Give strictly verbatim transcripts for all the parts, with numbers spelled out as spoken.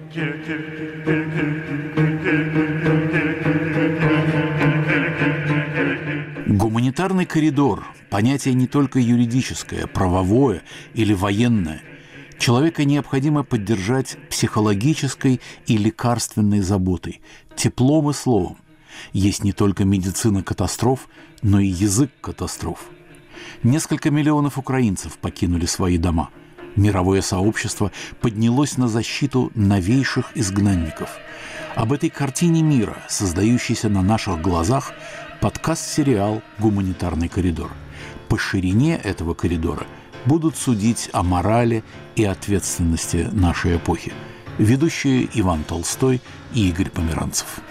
Гуманитарный коридор – понятие не только юридическое, правовое или военное. Человека необходимо поддержать психологической и лекарственной заботой, теплом и словом. Есть не только медицина катастроф, но и язык катастроф. Несколько миллионов украинцев покинули свои дома. Мировое сообщество поднялось на защиту новейших изгнанников. Об этой картине мира, создающейся на наших глазах, подкаст-сериал «Гуманитарный коридор». По ширине этого коридора будут судить о морали и ответственности нашей эпохи. Ведущие Иван Толстой и Игорь Померанцев.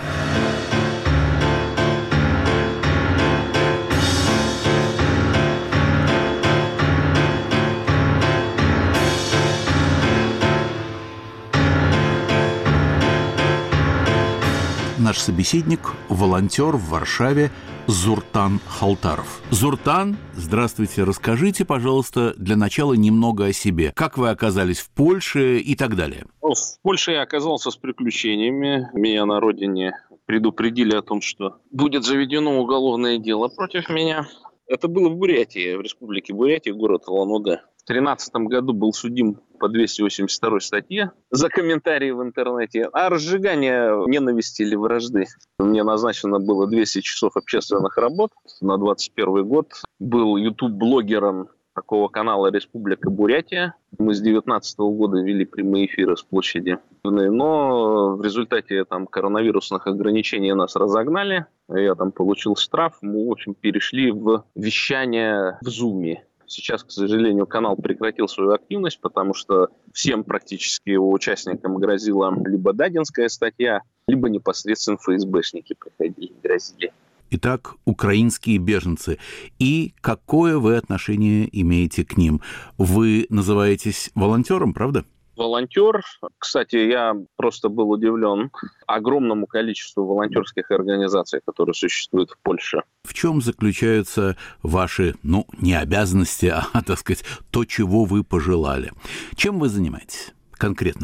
Наш собеседник – волонтер в Варшаве Зуртан Халтаров. Зуртан, здравствуйте. Расскажите, пожалуйста, для начала немного о себе. Как вы оказались в Польше и так далее? В Польше я оказался с приключениями. Меня на родине предупредили о том, что будет заведено уголовное дело против меня. Это было в Бурятии, в республике Бурятия, город Улан-Удэ. В две тысячи тринадцатом году был судим по двести восемьдесят второй статье за комментарии в интернете о разжигании ненависти или вражды. Мне назначено было двести часов общественных работ на двадцать первый год. Был ютуб-блогером такого канала «Республика Бурятия». Мы с две тысячи девятнадцатого года вели прямые эфиры с площади. Но в результате там, коронавирусных ограничений нас разогнали. Я там получил штраф. Мы, в общем, перешли в вещание в Зуме. Сейчас, к сожалению, канал прекратил свою активность, потому что всем практически его участникам грозила либо дадинская статья, либо непосредственно эф эс бэшники приходили, грозили. Итак, украинские беженцы. И какое вы отношение имеете к ним? Вы называетесь волонтером, правда? Волонтер. Кстати, я просто был удивлен огромному количеству волонтерских организаций, которые существуют в Польше. В чем заключаются ваши, ну, не обязанности, а, так сказать, то, чего вы пожелали? Чем вы занимаетесь конкретно?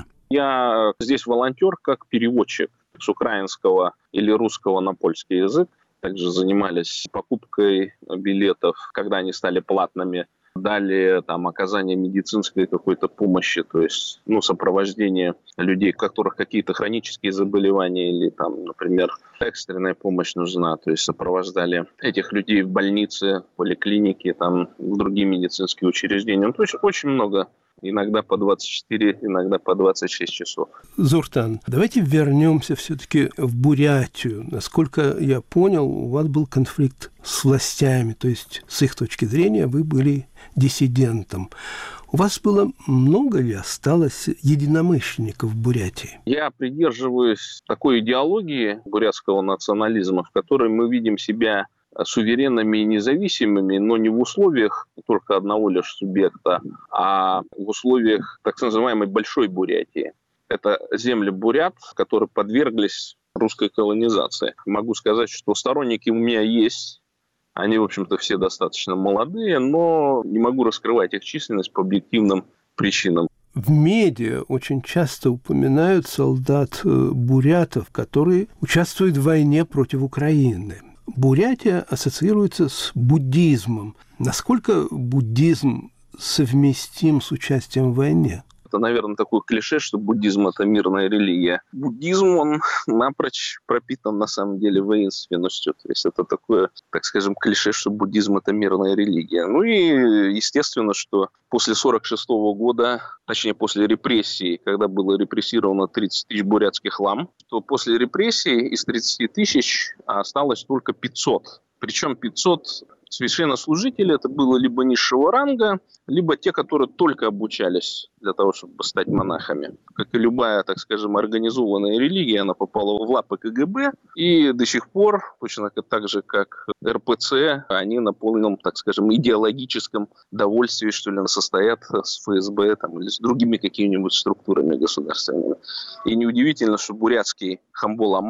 Я здесь волонтер как переводчик с украинского или русского на польский язык. Также занимались покупкой билетов, когда они стали платными. Далее там, оказание медицинской какой-то помощи, то есть ну, сопровождение людей, у которых какие-то хронические заболевания или, там, например, экстренная помощь нужна. То есть сопровождали этих людей в больнице, в поликлинике, там, в другие медицинские учреждения. Ну, то есть очень много. Иногда по двадцать четыре, иногда по двадцать шесть часов. Зуртан, давайте вернемся все-таки в Бурятию. Насколько я понял, у вас был конфликт с властями, то есть с их точки зрения вы были диссидентом. У вас было много ли осталось единомышленников в Бурятии? Я придерживаюсь такой идеологии бурятского национализма, в которой мы видим себя суверенными и независимыми, но не в условиях только одного лишь субъекта, а в условиях так называемой Большой Бурятии. Это земли бурят, которые подверглись русской колонизации. Могу сказать, что сторонники у меня есть. Они, в общем-то, все достаточно молодые, но не могу раскрывать их численность по объективным причинам. В медиа очень часто упоминают солдат-бурятов, которые участвуют в войне против Украины. Бурятия ассоциируется с буддизмом. Насколько буддизм совместим с участием в войне? Это, наверное, такое клише, что буддизм – это мирная религия. Буддизм, он напрочь пропитан, на самом деле, воинственностью. То есть это такое, так скажем, клише, что буддизм – это мирная религия. Ну и, естественно, что после сорок шестого года, точнее, после репрессий, когда было репрессировано тридцать тысяч бурятских лам, то после репрессий из тридцати тысяч осталось только пятьсот. Причем пятьсот священнослужителей, это было либо низшего ранга, либо те, которые только обучались для того, чтобы стать монахами. Как и любая, так скажем, организованная религия, она попала в лапы ка гэ бэ, и до сих пор, точно так же, как эр пэ цэ, они на полном, так скажем, идеологическом довольстве, что ли, состоят с эф эс бэ там, или с другими какими-нибудь структурами государственными. И неудивительно, что бурятский Хамбол-Ама,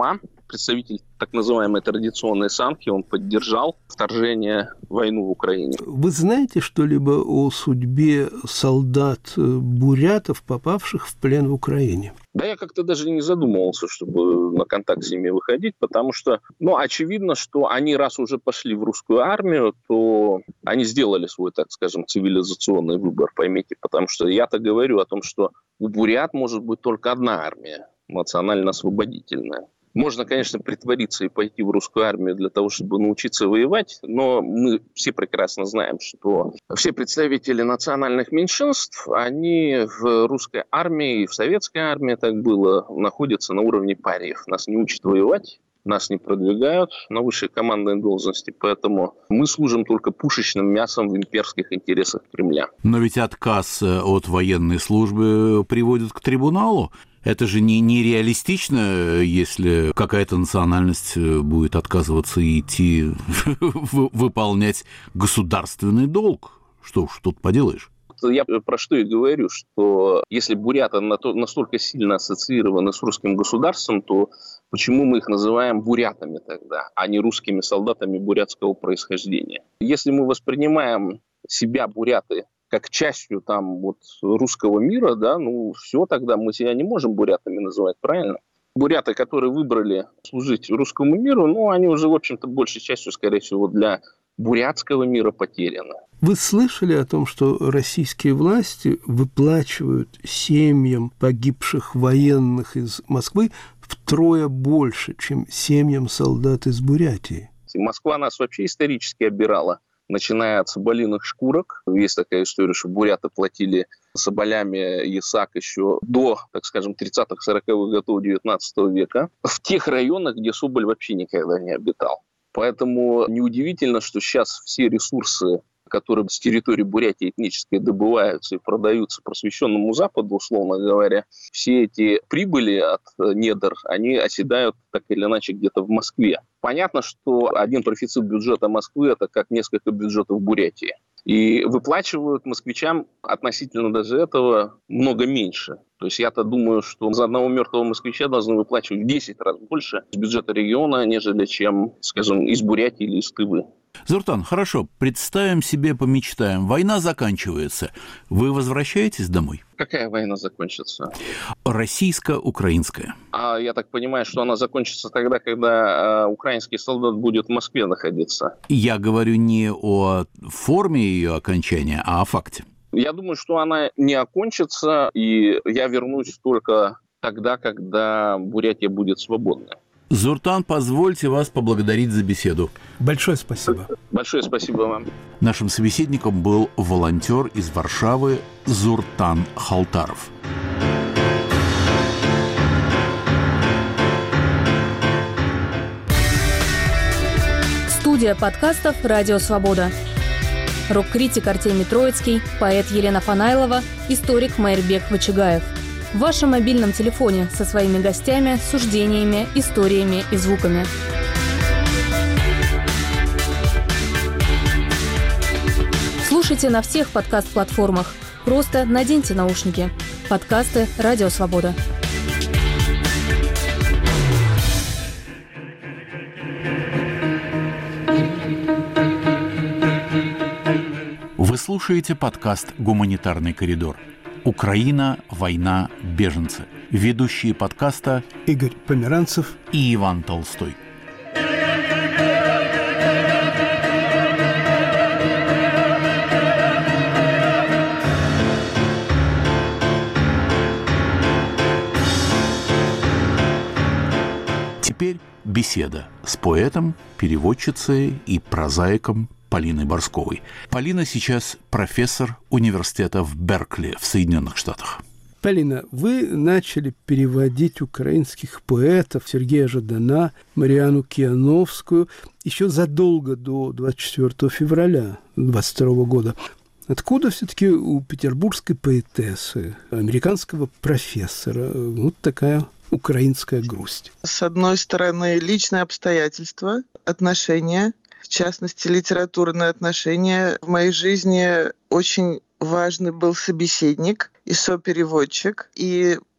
представитель так называемой традиционной самки, он поддержал вторжение, войну в Украине. Вы знаете что-либо о судьбе солдат-бурятов, попавших в плен в Украине? Да, я как-то даже не задумывался, чтобы на контакт с ними выходить, потому что, ну, очевидно, что они, раз уже пошли в русскую армию, то они сделали свой, так скажем, цивилизационный выбор, поймите, потому что я-то говорю о том, что у бурят может быть только одна армия, национально-освободительная. Можно, конечно, притвориться и пойти в русскую армию для того, чтобы научиться воевать, но мы все прекрасно знаем, что все представители национальных меньшинств, они в русской армии и в советской армии, так было, находятся на уровне париев. Нас не учат воевать, нас не продвигают на высшие командные должности, поэтому мы служим только пушечным мясом в имперских интересах Кремля. Но ведь отказ от военной службы приводит к трибуналу. Это же не, не реалистично, если какая-то национальность будет отказываться идти выполнять государственный долг. Что уж тут поделаешь. Я про что и говорю, что если буряты настолько сильно ассоциированы с русским государством, то почему мы их называем бурятами тогда, а не русскими солдатами бурятского происхождения? Если мы воспринимаем себя, буряты, как частью там вот русского мира, да, ну все, тогда мы себя не можем бурятами называть, правильно? Буряты, которые выбрали служить русскому миру, ну они уже, в общем-то, большей частью, скорее всего, для бурятского мира потеряны. Вы слышали о том, что российские власти выплачивают семьям погибших военных из Москвы втрое больше, чем семьям солдат из Бурятии? Москва нас вообще исторически обирала. Начиная от соболиных шкурок. Есть такая история, что буряты платили соболями ясак еще до, так скажем, тридцатых-сороковых годов девятнадцатого века. В тех районах, где соболь вообще никогда не обитал. Поэтому неудивительно, что сейчас все ресурсы, которые с территории Бурятии этнически добываются и продаются просвещенному Западу, условно говоря, все эти прибыли от недр, они оседают так или иначе где-то в Москве. Понятно, что один профицит бюджета Москвы – это как несколько бюджетов Бурятии. И выплачивают москвичам относительно даже этого много меньше. То есть я-то думаю, что за одного мертвого москвича должны выплачивать в десять раз больше с бюджета региона, нежели чем, скажем, из Бурятии или из Тывы. Зуртан, хорошо, представим себе, помечтаем. Война заканчивается. Вы возвращаетесь домой? Какая война закончится? Российско-украинская. А я так понимаю, что она закончится тогда, когда э, украинский солдат будет в Москве находиться. Я говорю не о форме ее окончания, а о факте. Я думаю, что она не окончится, и я вернусь только тогда, когда Бурятия будет свободна. Зуртан, позвольте вас поблагодарить за беседу. Большое спасибо. Большое спасибо вам. Нашим собеседником был волонтер из Варшавы Зуртан Халтаров. Студия подкастов «Радио Свобода». Рок-критик Артемий Троицкий, поэт Елена Фанайлова, историк Майрбек Вачигаев. В вашем мобильном телефоне со своими гостями, суждениями, историями и звуками. Слушайте на всех подкаст-платформах. Просто наденьте наушники. Подкасты «Радио Свобода». Вы слушаете подкаст «Гуманитарный коридор». Украина, война, беженцы. Ведущие подкаста Игорь Померанцев и Иван Толстой. Теперь беседа с поэтом, переводчицей и прозаиком Полиной Борсковой. Полина сейчас профессор университета в Беркли в Соединенных Штатах. Полина, вы начали переводить украинских поэтов Сергея Жадана, Марианну Киановскую еще задолго до двадцать четвёртого февраля двадцать второго года. Откуда все-таки у петербургской поэтессы, американского профессора, вот такая украинская грусть? С одной стороны, личные обстоятельства, отношения, в частности, литературные отношения. В моей жизни очень важный был собеседник и сопереводчик. И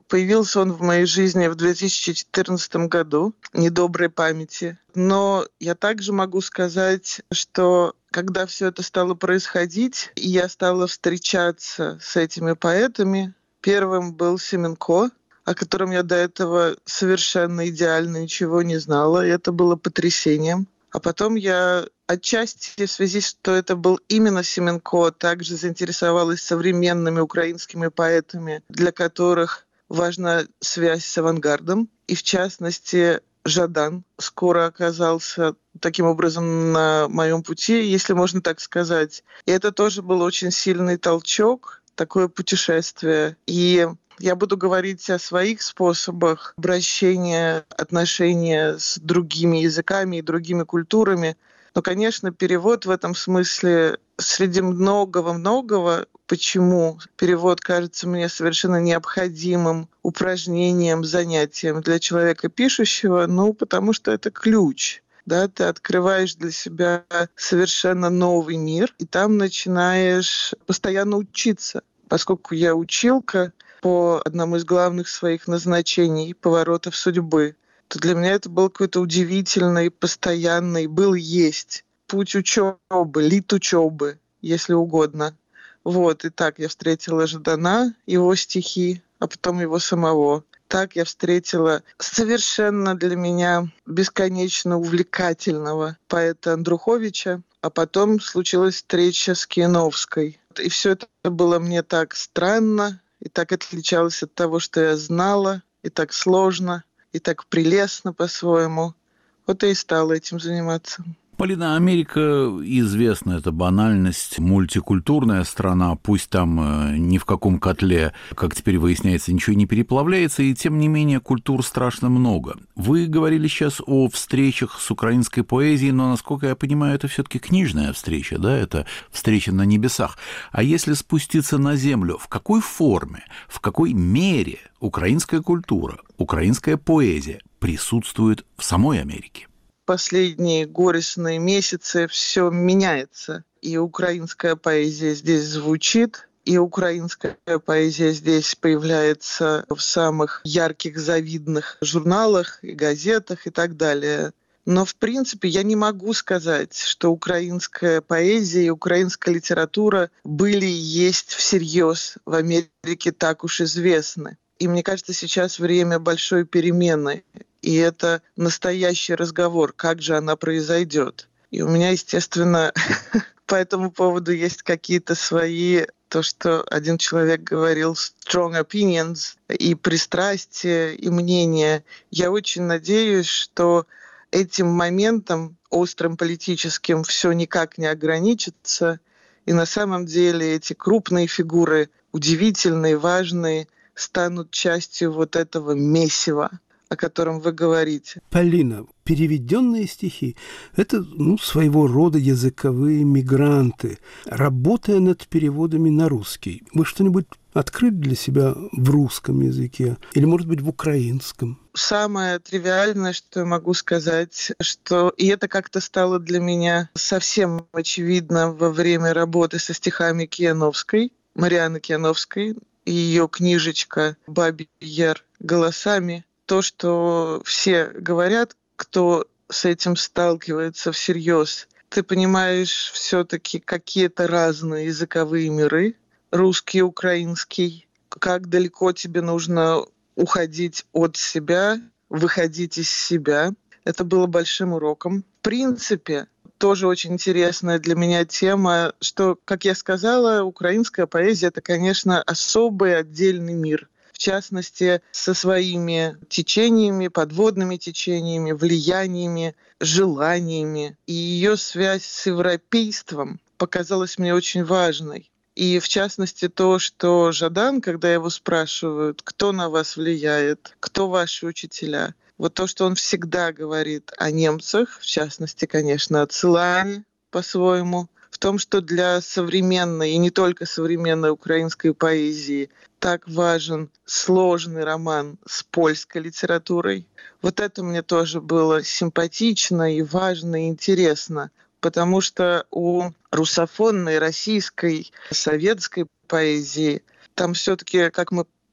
Появился он в моей жизни в две тысячи четырнадцатом году, недоброй памяти. Но я также могу сказать, что когда все это стало происходить, и я стала встречаться с этими поэтами, первым был Семенко, о котором я до этого совершенно идеально ничего не знала, и это было потрясением. А потом я отчасти в связи с что это был именно Семенко, также заинтересовалась современными украинскими поэтами, для которых важна связь с авангардом. И в частности, Жадан скоро оказался таким образом на моем пути, если можно так сказать. И это тоже был очень сильный толчок, такое путешествие. И я буду говорить о своих способах обращения, отношения с другими языками и другими культурами. Но, конечно, перевод в этом смысле среди многого-многого, почему перевод кажется мне совершенно необходимым упражнением, занятием для человека пишущего, ну, потому что это ключ. Да, ты открываешь для себя совершенно новый мир, и там начинаешь постоянно учиться. Поскольку я училка по одному из главных своих назначений поворотов судьбы, то для меня это был какой-то удивительный, постоянный, был и есть путь учебы, лит учебы, если угодно. Вот, и так я встретила Жадана, его стихи, а потом его самого. Так я встретила совершенно для меня бесконечно увлекательного поэта Андруховича, а потом случилась встреча с Кияновской. И все это было мне так странно, и так отличалось от того, что я знала, и так сложно, и так прелестно по-своему. Вот я и стала этим заниматься. Полина, Америка известна, это банальность, мультикультурная страна, пусть там э, ни в каком котле, как теперь выясняется, ничего не переплавляется, и тем не менее культур страшно много. Вы говорили сейчас о встречах с украинской поэзией, но, насколько я понимаю, это все-таки книжная встреча, да, это встреча на небесах. А если спуститься на землю, в какой форме, в какой мере украинская культура, украинская поэзия присутствует в самой Америке? Последние горестные месяцы все меняется. И украинская поэзия здесь звучит, и украинская поэзия здесь появляется в самых ярких, завидных журналах и газетах и так далее. Но, в принципе, я не могу сказать, что украинская поэзия и украинская литература были и есть всерьез в Америке так уж известны. И мне кажется, сейчас время большой перемены. И это настоящий разговор, как же она произойдет. И у меня, естественно, по этому поводу есть какие-то свои, то, что один человек говорил, strong opinions, и пристрастия, и мнения. Я очень надеюсь, что этим моментом острым политическим все никак не ограничится. И на самом деле эти крупные фигуры, удивительные, важные, станут частью вот этого месива, о котором вы говорите. Полина, переведенные стихи – это ну, своего рода языковые мигранты. Работая над переводами на русский, вы что-нибудь открыли для себя в русском языке или, может быть, в украинском? Самое тривиальное, что я могу сказать, что и это как-то стало для меня совсем очевидно во время работы со стихами Кияновской, Марианны Кияновской, и ее книжечка «Бабий Яр голосами», то, что все говорят, кто с этим сталкивается всерьез, ты понимаешь все-таки какие-то разные языковые миры, русский, украинский, как далеко тебе нужно уходить от себя, выходить из себя. Это было большим уроком. В принципе, тоже очень интересная для меня тема, что, как я сказала, украинская поэзия — это, конечно, особый отдельный мир. В частности, со своими течениями, подводными течениями, влияниями, желаниями. И ее связь с европейством показалась мне очень важной. И в частности то, что Жадан, когда его спрашивают, кто на вас влияет, кто ваши учителя, вот то, что он всегда говорит о немцах, в частности, конечно, о Целане по-своему, в том, что для современной и не только современной украинской поэзии так важен сложный роман с польской литературой. Вот это мне тоже было симпатично и важно, и интересно, потому что у русофонной российской, советской поэзии там все-таки, как мы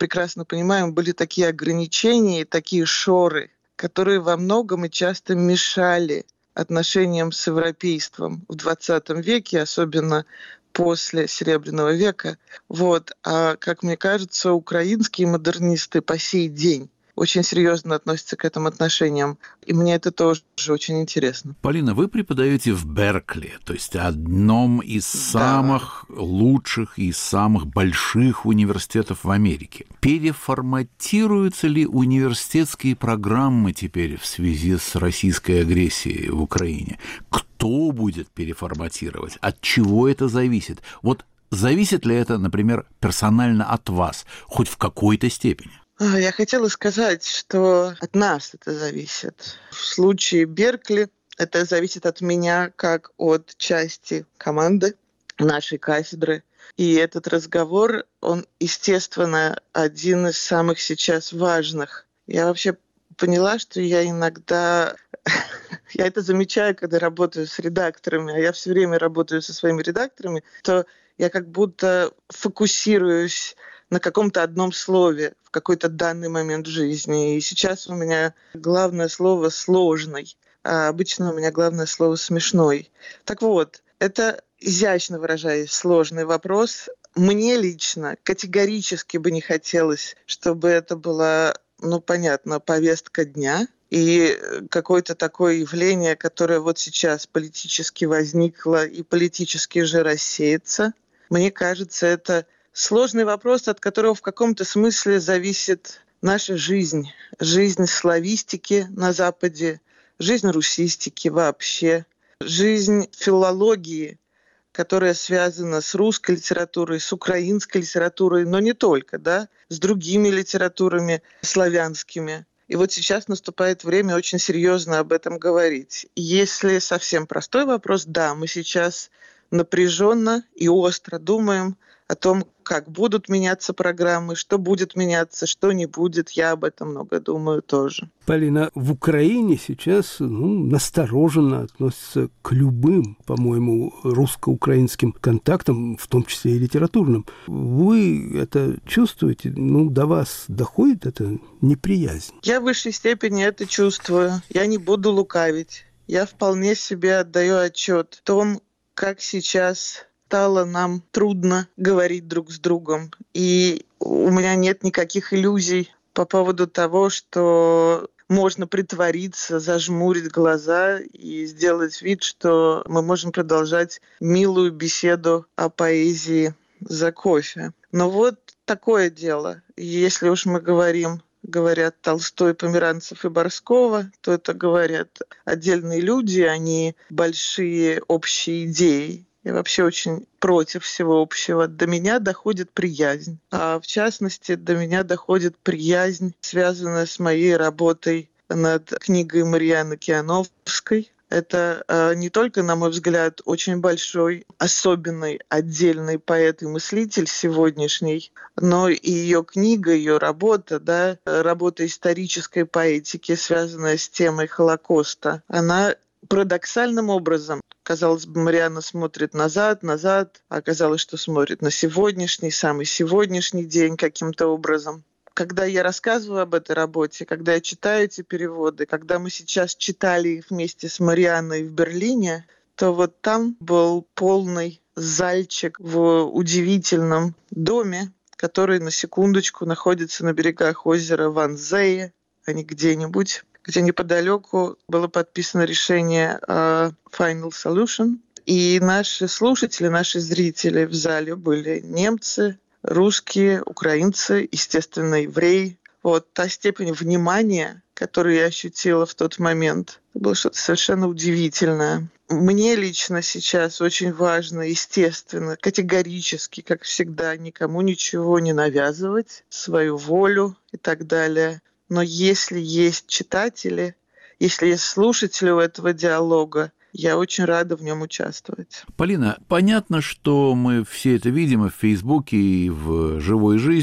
прекрасно понимаем, были такие ограничения, такие шоры, которые во многом и часто мешали отношениям с европейством в двадцатом веке, особенно после Серебряного века. Вот. А, как мне кажется, украинские модернисты по сей день очень серьезно относятся к этим отношениям. И мне это тоже очень интересно. Полина, вы преподаете в Беркли, то есть одном из самых да. лучших и самых больших университетов в Америке. Переформатируются ли университетские программы теперь в связи с российской агрессией в Украине? Кто будет переформатировать? От чего это зависит? Вот зависит ли это, например, персонально от вас, хоть в какой-то степени? Я хотела сказать, что от нас это зависит. В случае Беркли это зависит от меня как от части команды нашей кафедры. И этот разговор, он, естественно, один из самых сейчас важных. Я вообще поняла, что я иногда... Я это замечаю, когда работаю с редакторами, а я все время работаю со своими редакторами, то я как будто фокусируюсь на каком-то одном слове в какой-то данный момент жизни. И сейчас у меня главное слово «сложный», а обычно у меня главное слово «смешной». Так вот, это, изящно выражаясь, сложный вопрос. Мне лично категорически бы не хотелось, чтобы это была, ну, понятно, повестка дня и какое-то такое явление, которое вот сейчас политически возникло и политически же рассеется. Мне кажется, это сложный вопрос, от которого в каком-то смысле зависит наша жизнь. Жизнь славистики на Западе, жизнь русистики вообще, жизнь филологии, которая связана с русской литературой, с украинской литературой, но не только, да, с другими литературами славянскими. И вот сейчас наступает время очень серьезно об этом говорить. Если совсем простой вопрос, да, мы сейчас напряженно и остро думаем о том, как будут меняться программы, что будет меняться, что не будет. Я об этом много думаю тоже. Полина, в Украине сейчас ну, настороженно относятся к любым, по-моему, русско-украинским контактам, в том числе и литературным. Вы это чувствуете? Ну, до вас доходит эта неприязнь? Я в высшей степени это чувствую. Я не буду лукавить. Я вполне себе отдаю отчет в том, как сейчас стало нам трудно говорить друг с другом. И у меня нет никаких иллюзий по поводу того, что можно притвориться, зажмурить глаза и сделать вид, что мы можем продолжать милую беседу о поэзии за кофе. Но вот такое дело. Если уж мы говорим, говорят Толстой, Померанцев и Борского, то это говорят отдельные люди, они большие общие идеи. Я вообще очень против всего общего. До меня доходит приязнь. А в частности, до меня доходит приязнь, связанная с моей работой над книгой Марьяны Киановской. Это э, не только, на мой взгляд, очень большой, особенный, отдельный поэт и мыслитель сегодняшний, но и ее книга, ее работа, да, работа исторической поэтики, связанная с темой Холокоста, она парадоксальным образом, казалось бы, Марьяна смотрит назад, назад, а оказалось, что смотрит на сегодняшний, самый сегодняшний день каким-то образом. Когда я рассказываю об этой работе, когда я читаю эти переводы, когда мы сейчас читали их вместе с Марьяной в Берлине, то вот там был полный зальчик в удивительном доме, который, на секундочку, находится на берегах озера Ванзее, а не где-нибудь, где неподалеку было подписано решение о Final Solution. И наши слушатели, наши зрители в зале были немцы, русские, украинцы, естественно, евреи. Вот та степень внимания, которую я ощутила в тот момент, это было что-то совершенно удивительное. Мне лично сейчас очень важно, естественно, категорически, как всегда, никому ничего не навязывать, свою волю и так далее. Но если есть читатели, если есть слушатели у этого диалога, я очень рада в нем участвовать. Полина, понятно, что мы все это видим и в Фейсбуке, и в живой жизни.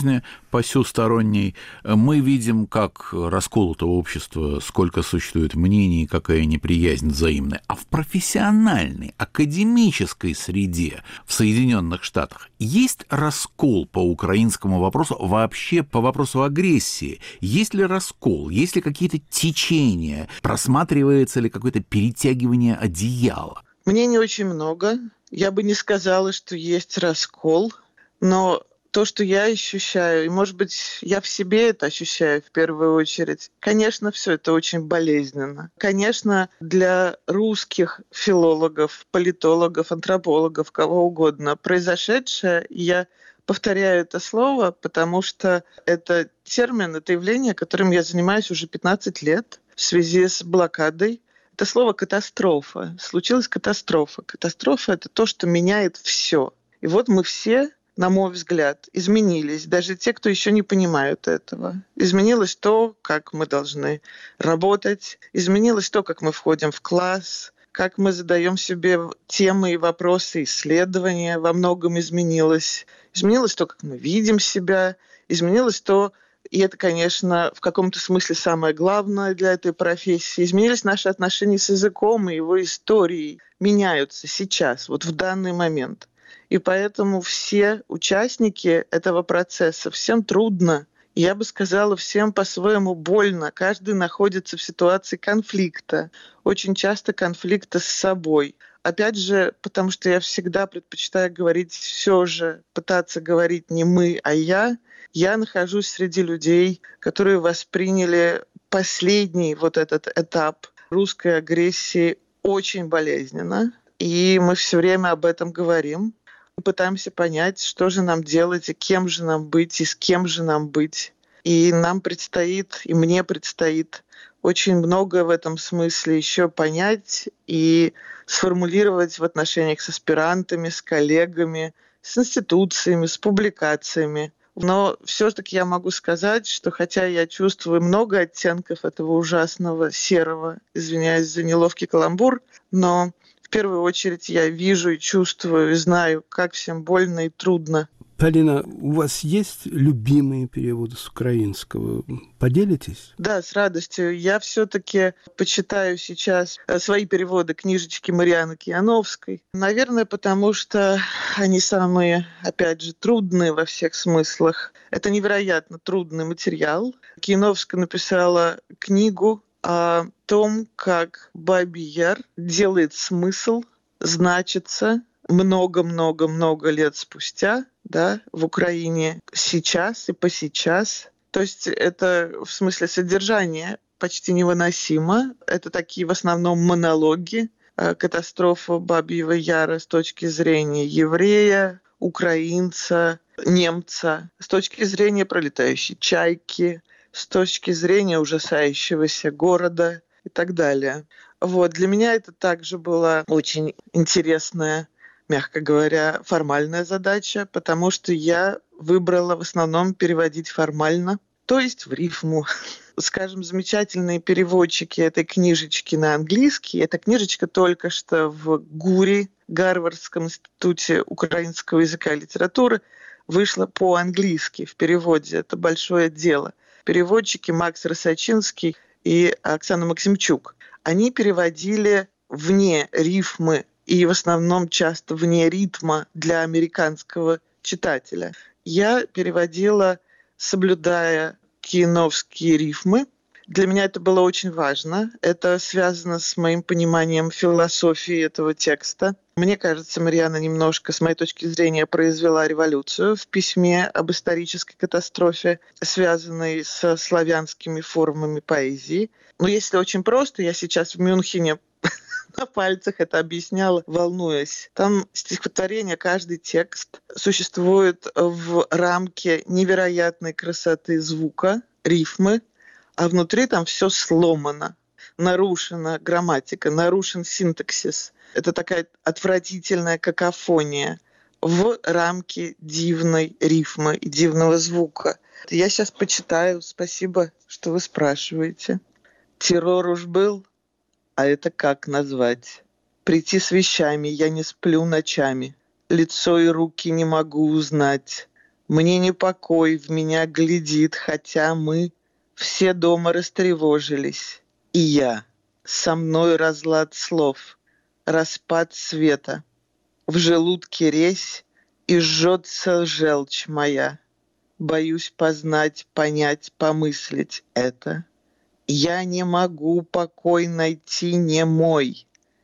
посюсторонней, мы видим, как расколото общество, сколько существует мнений, какая неприязнь взаимная. А в профессиональной, академической среде в Соединенных Штатах есть раскол по украинскому вопросу, вообще по вопросу агрессии? Есть ли раскол? Есть ли какие-то течения? Просматривается ли какое-то перетягивание одеяла? Мнений очень много. Я бы не сказала, что есть раскол, но то, что я ощущаю, и, может быть, я в себе это ощущаю в первую очередь, конечно, все это очень болезненно. Конечно, для русских филологов, политологов, антропологов, кого угодно, произошедшее, я повторяю это слово, потому что это термин, это явление, которым я занимаюсь уже пятнадцать лет в связи с блокадой. Это слово «катастрофа». Случилась катастрофа. Катастрофа – это то, что меняет все. И вот мы все, на мой взгляд, изменились. Даже те, кто еще не понимают этого. Изменилось то, как мы должны работать. Изменилось то, как мы входим в класс, как мы задаем себе темы и вопросы, исследования во многом изменилось. Изменилось то, как мы видим себя. Изменилось то, и это, конечно, в каком-то смысле самое главное для этой профессии. Изменились наши отношения с языком и его историей. Меняются сейчас, вот в данный момент. И поэтому все участники этого процесса, всем трудно. Я бы сказала, всем по-своему больно. Каждый находится в ситуации конфликта. Очень часто конфликта с собой. Опять же, потому что я всегда предпочитаю говорить все же, пытаться говорить не мы, а я. Я нахожусь среди людей, которые восприняли последний вот этот этап русской агрессии очень болезненно. И мы все время об этом говорим. Мы пытаемся понять, что же нам делать, и кем же нам быть, и с кем же нам быть. И нам предстоит, и мне предстоит очень много в этом смысле еще понять и сформулировать в отношениях с аспирантами, с коллегами, с институциями, с публикациями. Но все-таки я могу сказать, что хотя я чувствую много оттенков этого ужасного серого, извиняюсь за неловкий каламбур, но в первую очередь я вижу и чувствую, и знаю, как всем больно и трудно. Полина, у вас есть любимые переводы с украинского? Поделитесь? Да, с радостью. Я все-таки почитаю сейчас свои переводы книжечки Марианны Кияновской. Наверное, потому что они самые, опять же, трудные во всех смыслах. Это невероятно трудный материал. Кияновская написала книгу о том, как Бабий Яр делает смысл, значится много-много-много лет спустя, да, в Украине сейчас и посейчас. То есть это в смысле содержания почти невыносимо. Это такие в основном монологи. Катастрофа Бабьего Яра с точки зрения еврея, украинца, немца, с точки зрения пролетающей чайки, с точки зрения ужасающегося города и так далее. Вот. Для меня это также была очень интересная, мягко говоря, формальная задача, потому что я выбрала в основном переводить формально, то есть в рифму. Скажем, замечательные переводчики этой книжечки на английский. Эта книжечка только что в ГУРе, Гарвардском институте украинского языка и литературы, вышла по-английски в переводе. Это большое дело. Переводчики Макс Росачинский и Оксана Максимчук. Они переводили вне рифмы и в основном часто вне ритма для американского читателя. Я переводила, соблюдая кияновские рифмы. Для меня это было очень важно. Это связано с моим пониманием философии этого текста. Мне кажется, Марианна немножко, с моей точки зрения, произвела революцию в письме об исторической катастрофе, связанной со славянскими формами поэзии. Но если очень просто, я сейчас в Мюнхене на пальцах это объясняла, волнуясь. Там стихотворение, каждый текст существует в рамке невероятной красоты звука, рифмы, а внутри там все сломано, нарушена грамматика, нарушен синтаксис. Это такая отвратительная какофония в рамке дивной рифмы и дивного звука. Я сейчас почитаю. Спасибо, что вы спрашиваете. Террор уж был, а это как назвать? Прийти с вещами, я не сплю ночами. Лицо и руки не могу узнать. Мне не покой в меня глядит, хотя мы все дома растревожились. И я, со мной разлад слов, распад света. В желудке резь, и жжется желчь моя. Боюсь познать, понять, помыслить это. Я не могу покой найти, не мой.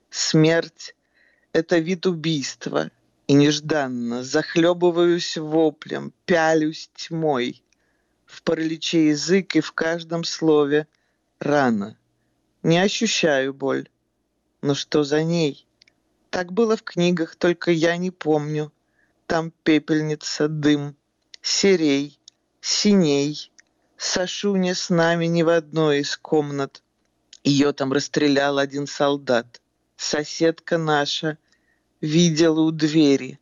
Смерть — это вид убийства. И нежданно захлебываюсь воплем, пялюсь тьмой. В параличе язык и в каждом слове рана. Не ощущаю боль. Но что за ней? Так было в книгах, только я не помню. Там пепельница, дым, сирей, синей. Сашуня с нами ни в одной из комнат. Ее там расстрелял один солдат. Соседка наша видела у двери.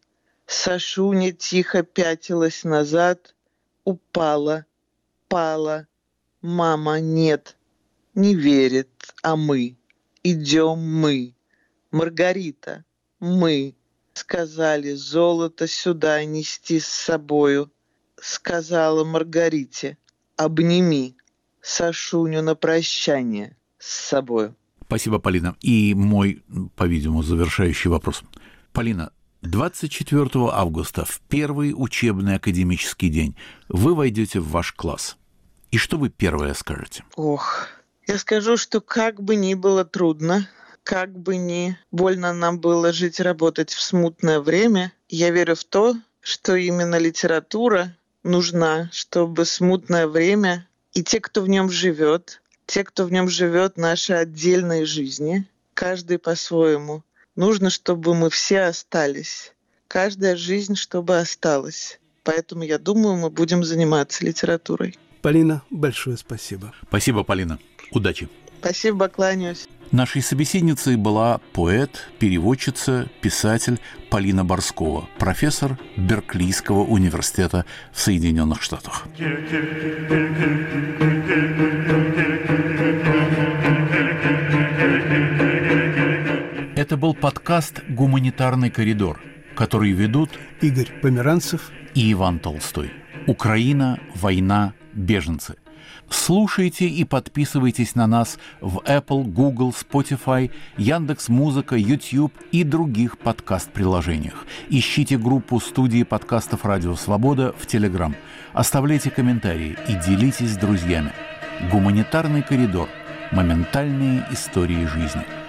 Сашуня тихо пятилась назад, упала, пала. Мама нет, не верит, а мы. Идем мы. Маргарита, мы. Сказали, золото сюда нести с собою. Сказала Маргарите, обними Сашуню на прощание с собою. Спасибо, Полина. И мой, по-видимому, завершающий вопрос. Полина, двадцать четвёртого августа, в первый учебный академический день, вы войдете в ваш класс. И что вы первое скажете? Ох, я скажу, что как бы ни было трудно, как бы ни больно нам было жить и работать в смутное время, я верю в то, что именно литература нужна, чтобы смутное время и те, кто в нем живет, те, кто в нем живет, наши отдельные жизни, каждый по-своему. Нужно, чтобы мы все остались. Каждая жизнь, чтобы осталась. Поэтому, я думаю, мы будем заниматься литературой. Полина, большое спасибо. Спасибо, Полина. Удачи. Спасибо, кланяюсь. Нашей собеседницей была поэт, переводчица, писатель Полина Борскова, профессор Берклийского университета в Соединенных Штатах. Это был подкаст «Гуманитарный коридор», который ведут Игорь Померанцев и Иван Толстой. Украина, война, беженцы. Слушайте и подписывайтесь на нас в Apple, Google, Spotify, Яндекс.Музыка, YouTube и других подкаст-приложениях. Ищите группу студии подкастов «Радио Свобода» в Telegram. Оставляйте комментарии и делитесь с друзьями. Гуманитарный коридор. Моментальные истории жизни.